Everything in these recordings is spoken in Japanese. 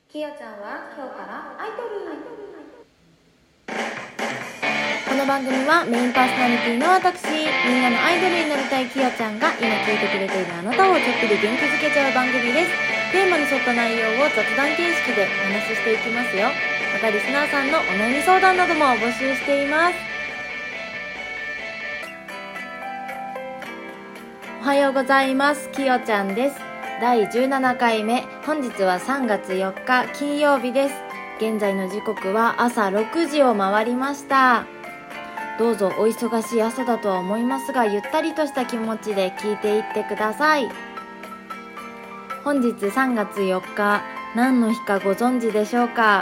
きよちゃんは今日からアイドル。 この番組はメインパーソナリティの私、みんなのアイドルになりたいきよちゃんが今聞いてくれているあなたをちょっぴり元気づけちゃう番組です。テーマに沿った内容を雑談形式でお話ししていきますよ。またリスナーさんのお悩み相談なども募集しています。おはようございます。きよちゃんです。第17回目、本日は3月4日金曜日です。現在の時刻は朝6時を回りました。どうぞお忙しい朝だとは思いますが、ゆったりとした気持ちで聞いていってください。本日3月4日、何の日かご存知でしょうか。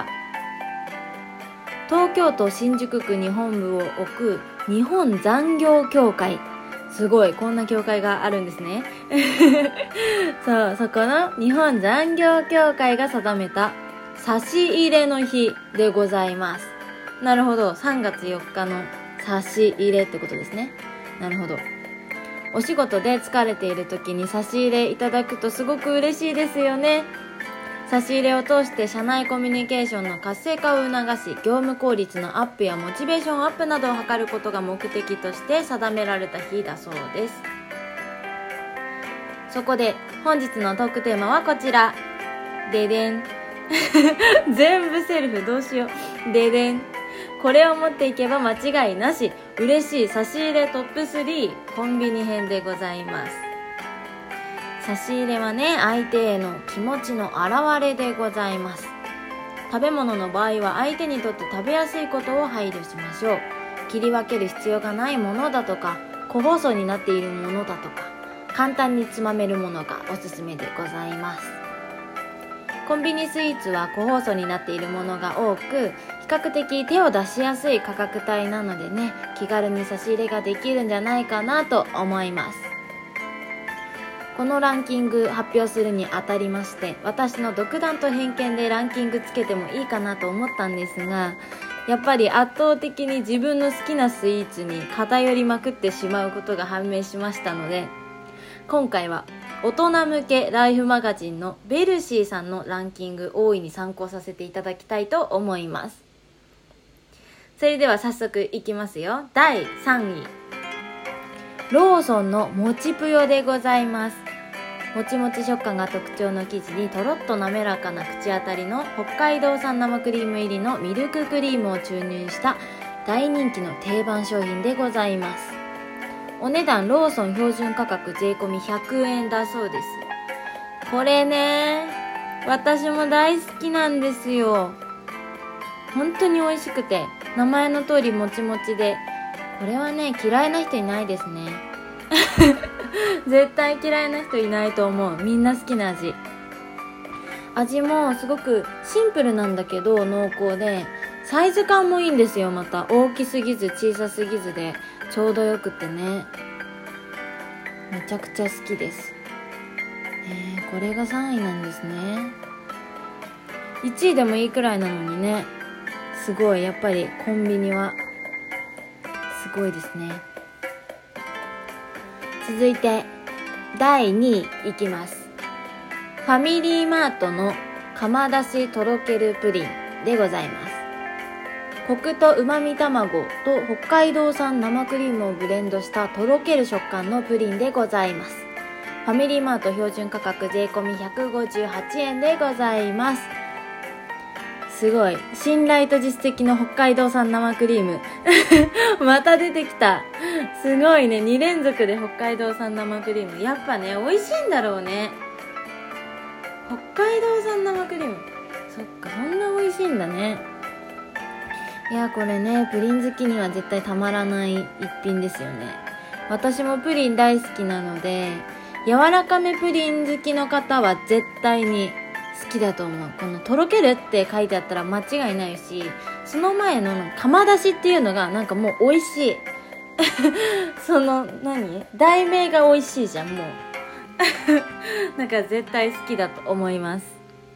東京都新宿区に本部を置く日本残業協会、すごい、こんな協会があるんですねそこの日本残業協会が定めた差し入れの日でございます。なるほど、3月4日の差し入れってことですね。なるほど。お仕事で疲れている時に差し入れいただくとすごく嬉しいですよね。差し入れを通して社内コミュニケーションの活性化を促し、業務効率のアップやモチベーションアップなどを図ることが目的として定められた日だそうです。そこで本日のトークテーマはこちら。ででん全部セルフ、どうしよう。ででん、これを持っていけば間違いなし、嬉しい差し入れトップ3コンビニ編でございます。差し入れはね、相手への気持ちの表れでございます。食べ物の場合は相手にとって食べやすいことを配慮しましょう。切り分ける必要がないものだとか、個包装になっているものだとか、簡単につまめるものがおすすめでございます。コンビニスイーツは個包装になっているものが多く、比較的手を出しやすい価格帯なのでね、気軽に差し入れができるんじゃないかなと思います。このランキング発表するにあたりまして、私の独断と偏見でランキングつけてもいいかなと思ったんですが、やっぱり圧倒的に自分の好きなスイーツに偏りまくってしまうことが判明しましたので、今回は大人向けライフマガジンのベルシーさんのランキング大いに参考させていただきたいと思います。それでは早速いきますよ。第3位、ローソンのもちぷよでございます。もちもち食感が特徴の生地にとろっと滑らかな口当たりの北海道産生クリーム入りのミルククリームを注入した大人気の定番商品でございます。お値段ローソン標準価格税込み100円だそうです。これね、私も大好きなんですよ。本当に美味しくて、名前の通りもちもちで、これはね、嫌いな人いないですね絶対嫌いな人いないと思う。みんな好きな味。味もすごくシンプルなんだけど濃厚で、サイズ感もいいんですよ。また大きすぎず小さすぎずでちょうどよくてね、めちゃくちゃ好きです。これが3位なんですね。1位でもいいくらいなのにね、すごい。やっぱりコンビニはすごいですね。続いて第2位いきます。ファミリーマートの釜出しとろけるプリンでございます。コクと旨味卵と北海道産生クリームをブレンドしたとろける食感のプリンでございます。ファミリーマート標準価格税込み158円でございます。すごい。信頼と実績の北海道産生クリームまた出てきた。すごいね。2連続で北海道産生クリーム。やっぱね、美味しいんだろうね。北海道産生クリーム。そっか、そんな美味しいんだね。いや、これね、プリン好きには絶対たまらない一品ですよね。私もプリン大好きなので、柔らかめプリン好きの方は絶対に好きだと思う。このとろけるって書いてあったら間違いないし、その前の釜出しっていうのがなんかもう美味しいその題名が美味しいじゃん、もうなんか絶対好きだと思います。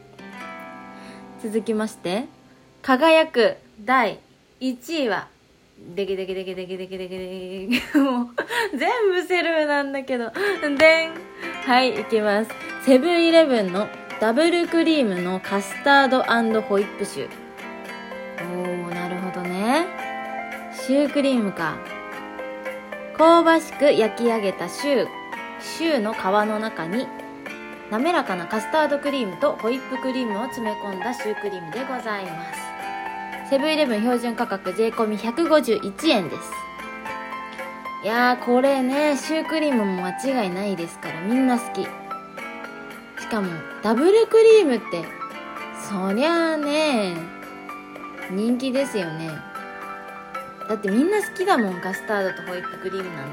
続きまして、輝く第1位はでけでけでけでけでけでけでけもう全部セルフなんだけど、でん、はい、いきます。セブンイレブンのダブルクリームのカスタード&ホイップシュー。おー、なるほどね。シュークリームか。香ばしく焼き上げたシューの皮の中に滑らかなカスタードクリームとホイップクリームを詰め込んだシュークリームでございます。セブンイレブン標準価格税込み151円です。いやー、これね、シュークリームも間違いないですから、みんな好き。しかもダブルクリームってそりゃあね、人気ですよね。だってみんな好きだもん、カスタードとホイップクリームなん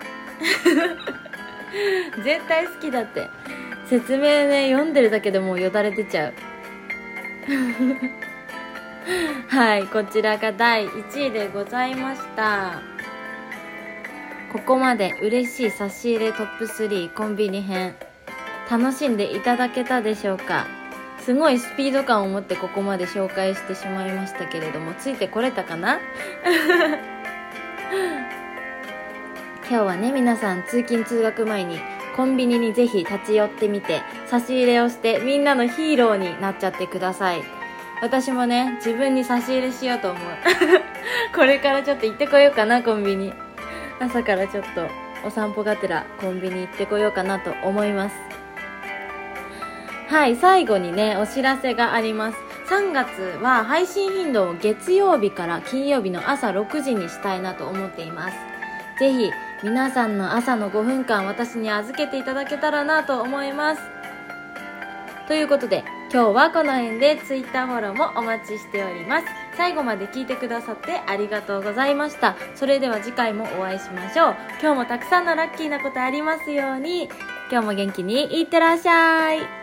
て絶対好きだって。説明ね、読んでるだけでもうよだれ出ちゃうはい、こちらが第1位でございました。ここまで嬉しい差し入れトップ3コンビニ編、楽しんでいただけたでしょうか。すごいスピード感を持ってここまで紹介してしまいましたけれども、ついてこれたかな今日はね、皆さん通勤通学前にコンビニにぜひ立ち寄ってみて、差し入れをしてみんなのヒーローになっちゃってください。私もね、自分に差し入れしようと思うこれからちょっと行ってこようかな、コンビニ。朝からちょっとお散歩がてらコンビニ行ってこようかなと思います。はい、最後にね、お知らせがあります。3月は配信頻度を月曜日から金曜日の朝6時にしたいなと思っています。ぜひ皆さんの朝の5分間、私に預けていただけたらなと思います。ということで、今日はこの辺で Twitter フォローもお待ちしております。最後まで聞いてくださってありがとうございました。それでは次回もお会いしましょう。今日もたくさんのラッキーなことありますように。今日も元気にいってらっしゃい。